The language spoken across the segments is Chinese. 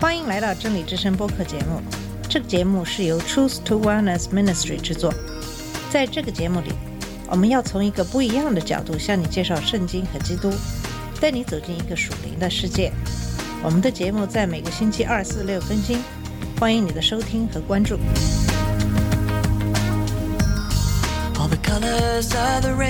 欢迎来到真理之声播客节目。这个节目是由 Truth to Wellness Ministry 制作。在这个节目里，我们要从一个不一样的角度向你介绍圣经和基督，带你走进一个属灵的世界。我们的节目在每个星期2、4、6更新，欢迎你的收听和关注。All the colors of the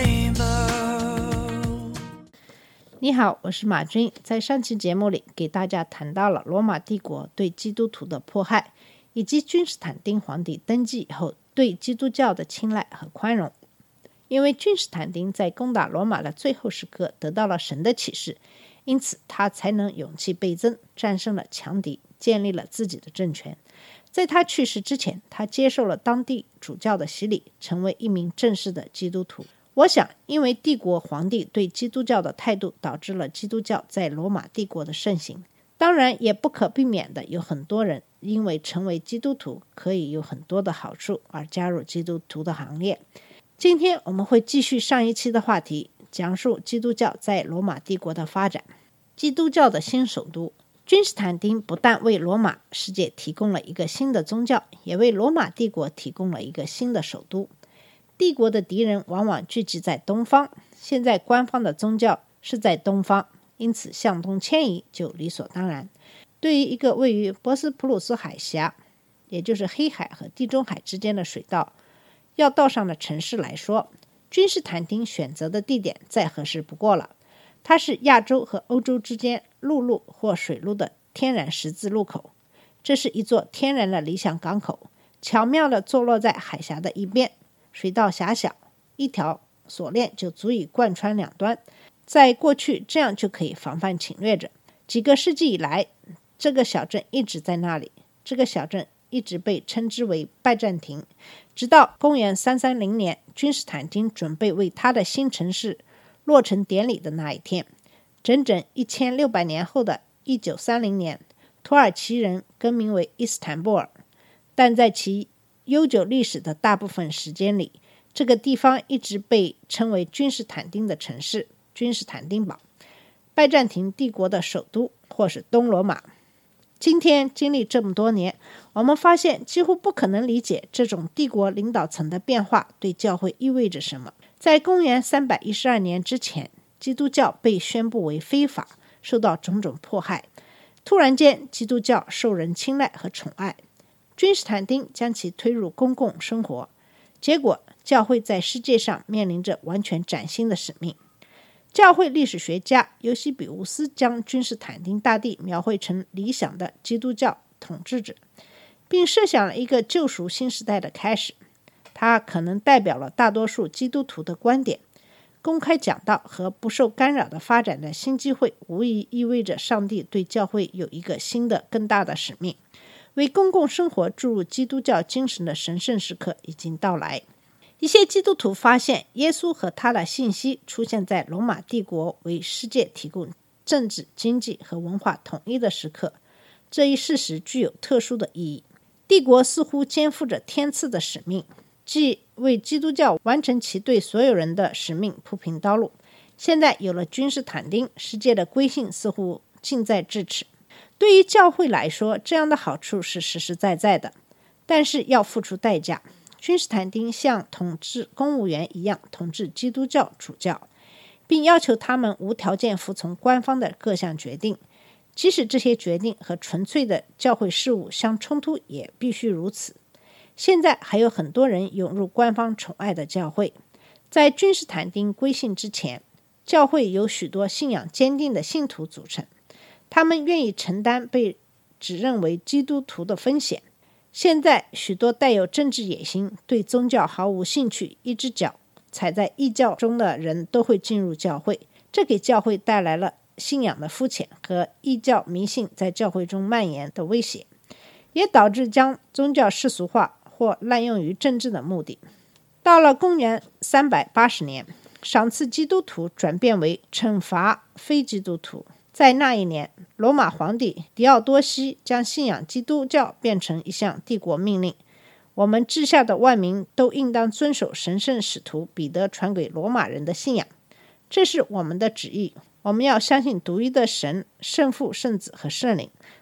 rainbow。 你好，我是马军。在上期节目里给大家谈到了罗马帝国对基督徒的迫害，以及君士坦丁皇帝登基以后对基督教的青睐和宽容。因为君士坦丁在攻打罗马的最后时刻得到了神的启示，因此他才能勇气倍增，战胜了强敌，建立了自己的政权。在他去世之前，他接受了当地主教的洗礼，成为一名正式的基督徒。我想因为帝国皇帝对基督教的态度，导致了基督教在罗马帝国的盛行。当然也不可避免的有很多人因为成为基督徒可以有很多的好处而加入基督徒的行列。今天我们会继续上一期的话题，讲述基督教在罗马帝国的发展。基督教的新首都君士坦丁不但为罗马世界提供了一个新的宗教，也为罗马帝国提供了一个新的首都。帝国的敌人往往聚集在东方，现在官方的宗教是在东方，因此向东迁移就理所当然。对于一个位于博斯普鲁斯海峡，也就是黑海和地中海之间的水道要道上的城市来说，君士坦丁选择的地点再合适不过了。它是亚洲和欧洲之间陆路或水路的天然十字路口，这是一座天然的理想港口，巧妙地坐落在海峡的一边，水道狭小，一条锁链就足以贯穿两端，在过去这样就可以防范侵略者。几个世纪以来，这个小镇一直在那里，这个小镇一直被称之为拜占庭，直到公元330年，君士坦丁准备为他的新城市落成典礼的那一天。整整1600年后的1930年，土耳其人更名为伊斯坦布尔，但在其悠久历史的大部分时间里，这个地方一直被称为君士坦丁的城市，君士坦丁堡，拜占庭帝国的首都，或是东罗马。今天经历这么多年，我们发现几乎不可能理解这种帝国领导层的变化对教会意味着什么。在公元312年之前，基督教被宣布为非法，受到种种迫害。突然间，基督教受人青睐和宠爱，君士坦丁将其推入公共生活，结果教会在世界上面临着完全崭新的使命。教会历史学家尤西比乌斯将君士坦丁大帝描绘成理想的基督教统治者，并设想了一个救赎新时代的开始。他可能代表了大多数基督徒的观点。公开讲道和不受干扰的发展的新机会，无疑意味着上帝对教会有一个新的更大的使命，为公共生活注入基督教精神的神圣时刻已经到来。一些基督徒发现耶稣和他的信息出现在罗马帝国为世界提供政治、经济和文化统一的时刻，这一事实具有特殊的意义。帝国似乎肩负着天赐的使命，即为基督教完成其对所有人的使命铺平道路。现在有了君士坦丁，世界的归信似乎近在咫尺。对于教会来说，这样的好处是实实在在的，但是要付出代价。君士坦丁像统治公务员一样统治基督教主教，并要求他们无条件服从官方的各项决定，即使这些决定和纯粹的教会事务相冲突，也必须如此。现在还有很多人涌入官方宠爱的教会。在君士坦丁归信之前，教会由许多信仰坚定的信徒组成，他们愿意承担被指认为基督徒的风险。现在许多带有政治野心、对宗教毫无兴趣、一只脚踩在异教中的人都会进入教会，这给教会带来了信仰的肤浅和异教迷信在教会中蔓延的威胁，也导致将宗教世俗化或滥用于政治的目的。到了公元380年，赏赐基督徒转变为惩罚非基督徒。在那一年，罗马皇帝狄奥多西将信仰基督教变成一项帝国命令，我们治下的万民都应当遵守神圣使徒彼得传给罗马人的信仰，这是我们的旨意。我们要相信独一的神，圣父、圣子和圣灵，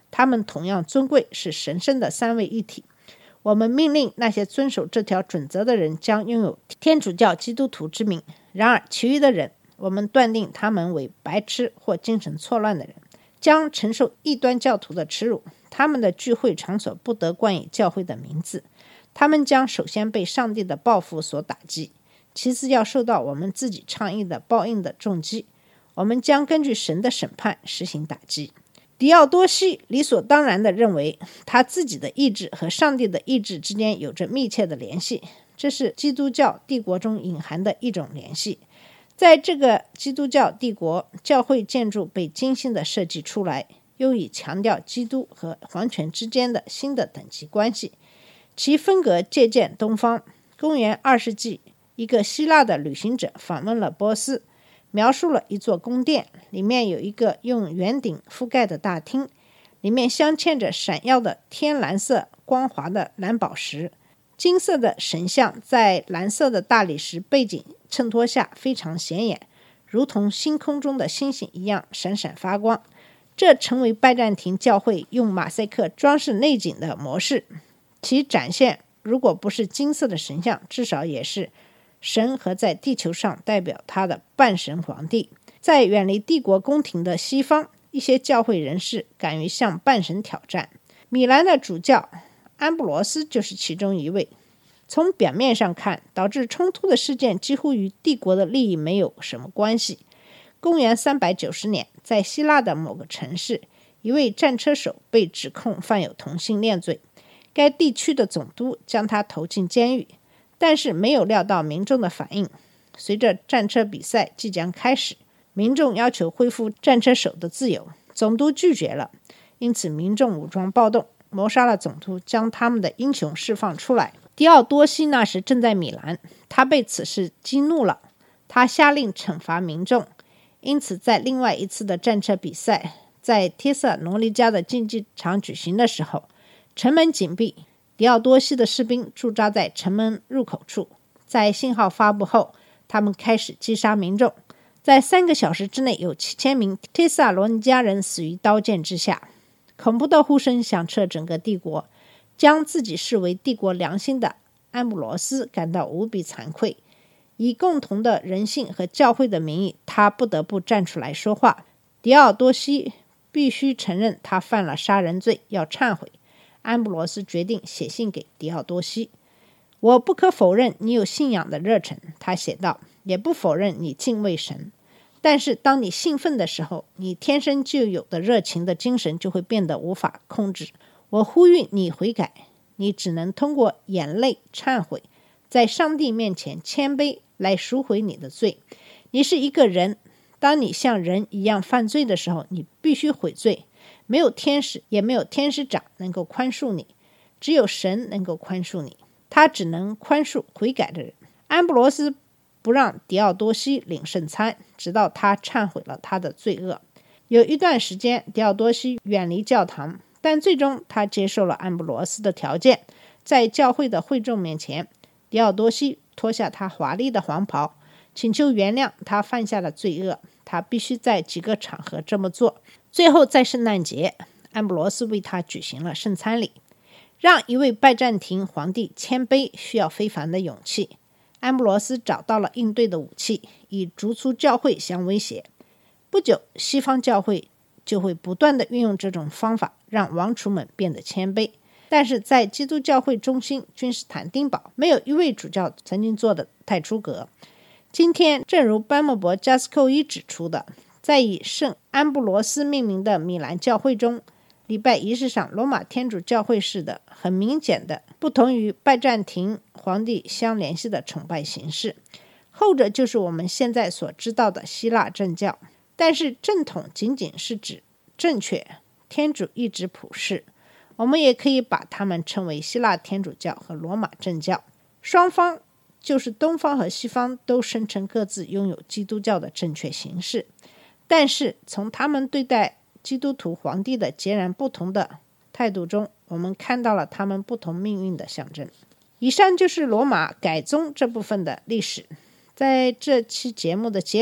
他们同样尊贵，是神圣的三位一体。我们命令那些遵守这条准则的人将拥有天主教基督徒之名，然而其余的人，我们断定他们为白痴或精神错乱的人，将承受异端教徒的耻辱。他们的聚会场所不得冠以教会的名字，他们将首先被上帝的报复所打击，其次要受到我们自己倡议的报应的重击。我们将根据神的审判实行打击。狄奥多西理所当然地认为他自己的意志和上帝的意志之间有着密切的联系，这是基督教帝国中隐含的一种联系。在这个基督教帝国，教会建筑被精心地设计出来，用以强调基督和皇权之间的新的等级关系。其风格借鉴东方。公元2世纪，一个希腊的旅行者访问了波斯，描述了一座宫殿，里面有一个用圆顶覆盖的大厅，里面镶嵌着闪耀的天蓝色光滑的蓝宝石，金色的神像在蓝色的大理石背景衬托下非常显眼，如同星空中的星星一样闪闪发光。这成为拜占庭教会用马赛克装饰内景的模式。其展现如果不是金色的神像，至少也是神和在地球上代表他的半神皇帝。在远离帝国宫廷的西方，一些教会人士敢于向半神挑战。米兰的主教安布罗斯就是其中一位。从表面上看，导致冲突的事件几乎与帝国的利益没有什么关系。公元390年，在希腊的某个城市，一位战车手被指控犯有同性恋罪，该地区的总督将他投进监狱，但是没有料到民众的反应。随着战车比赛即将开始，民众要求恢复战车手的自由，总督拒绝了，因此民众武装暴动，谋杀了总督，将他们的英雄释放出来。狄奥多西那时正在米兰，他被此事激怒了，他下令惩罚民众。因此在另外一次的战车比赛在帖萨罗尼迦的竞技场举行的时候，城门紧闭，狄奥多西的士兵驻扎在城门入口处。在信号发布后，他们开始击杀民众。在3个小时之内，有7000名帖萨罗尼迦人死于刀剑之下。恐怖的呼声响彻整个帝国，将自己视为帝国良心的安布罗斯感到无比惭愧。以共同的人性和教会的名义，他不得不站出来说话。狄奥多西必须承认他犯了杀人罪，要忏悔。安布罗斯决定写信给狄奥多西。我不可否认你有信仰的热忱，他写道，也不否认你敬畏神。但是当你兴奋的时候，你天生就有的热情的精神就会变得无法控制。我呼吁你悔改，你只能通过眼泪忏悔，在上帝面前谦卑来赎回你的罪。你是一个人，当你像人一样犯罪的时候，你必须悔罪。没有天使，也没有天使长能够宽恕你，只有神能够宽恕你，他只能宽恕悔改的人。安布罗斯不让狄奥多西领圣餐，直到他忏悔了他的罪恶。有一段时间，狄奥多西远离教堂，但最终他接受了安布罗斯的条件。在教会的会众面前，狄奥多西脱下他华丽的黄袍，请求原谅他犯下的罪恶。他必须在几个场合这么做。最后在圣诞节，安布罗斯为他举行了圣餐礼。让一位拜占庭皇帝谦卑需要非凡的勇气。安布罗斯找到了应对的武器，以逐出教会相威胁。不久，西方教会就会不断地运用这种方法，让王储们变得谦卑。但是在基督教会中心君士坦丁堡，没有一位主教曾经做得太出格。今天，正如班莫伯加斯寇伊指出的，在以圣安布罗斯命名的米兰教会中，礼拜仪式上罗马天主教会式的很明显的不同于拜占庭皇帝相联系的崇拜形式，后者就是我们现在所知道的希腊正教。但是正统仅仅是指正确，天主一直普世，我们也可以把它们称为希腊天主教和罗马正教。双方就是东方和西方都声称各自拥有基督教的正确形式，但是从他们对待基督徒皇帝的截然不同的态度中，我们看到了他们不同命运的象征。以上就是罗马改宗这部分的历史。在这期节目的结尾，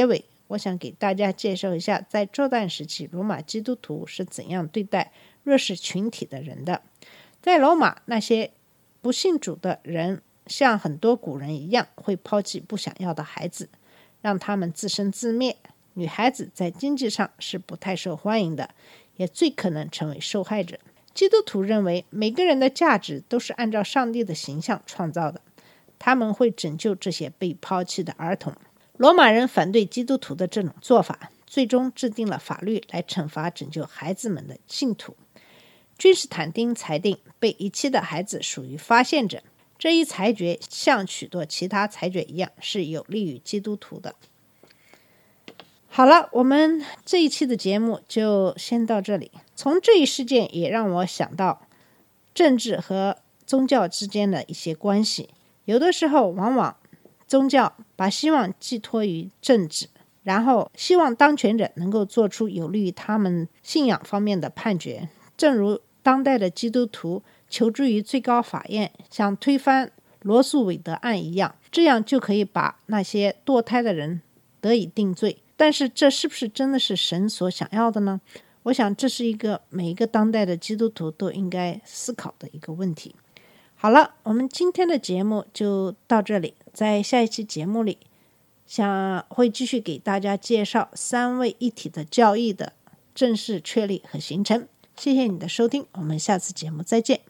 我想给大家介绍一下在作战时期罗马基督徒是怎样对待弱势群体的人的。在罗马，那些不信主的人像很多古人一样，会抛弃不想要的孩子，让他们自生自灭。女孩子在经济上是不太受欢迎的，也最可能成为受害者。基督徒认为每个人的价值都是按照上帝的形象创造的，他们会拯救这些被抛弃的儿童。罗马人反对基督徒的这种做法，最终制定了法律来惩罚拯救孩子们的信徒。君士坦丁裁定被遗弃的孩子属于发现者，这一裁决像许多其他裁决一样是有利于基督徒的。好了，我们这一期的节目就先到这里。从这一事件也让我想到政治和宗教之间的一些关系。有的时候往往宗教把希望寄托于政治，然后希望当权者能够做出有利于他们信仰方面的判决。正如当代的基督徒求助于最高法院，想推翻罗素韦德案一样，这样就可以把那些堕胎的人得以定罪。但是这是不是真的是神所想要的呢？我想这是每一个当代的基督徒都应该思考的一个问题。好了，我们今天的节目就到这里。在下一期节目里，会继续给大家介绍三位一体的教义的正式确立和形成。谢谢你的收听，我们下次节目再见。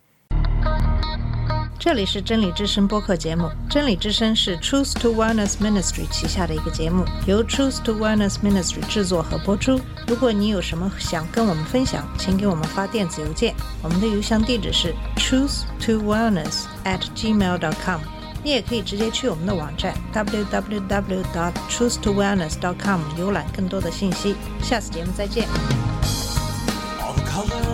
这里是真理之声播客节目，真理之声是 Truth to Wellness Ministry 旗下的一个节目，由 Truth to Wellness Ministry 制作和播出。如果你有什么想跟我们分享，请给我们发电子邮件，我们的邮箱地址是 truthtowellness@gmail.com。 你也可以直接去我们的网站 www.truthtowellness.com 浏览更多的信息。下次节目再见。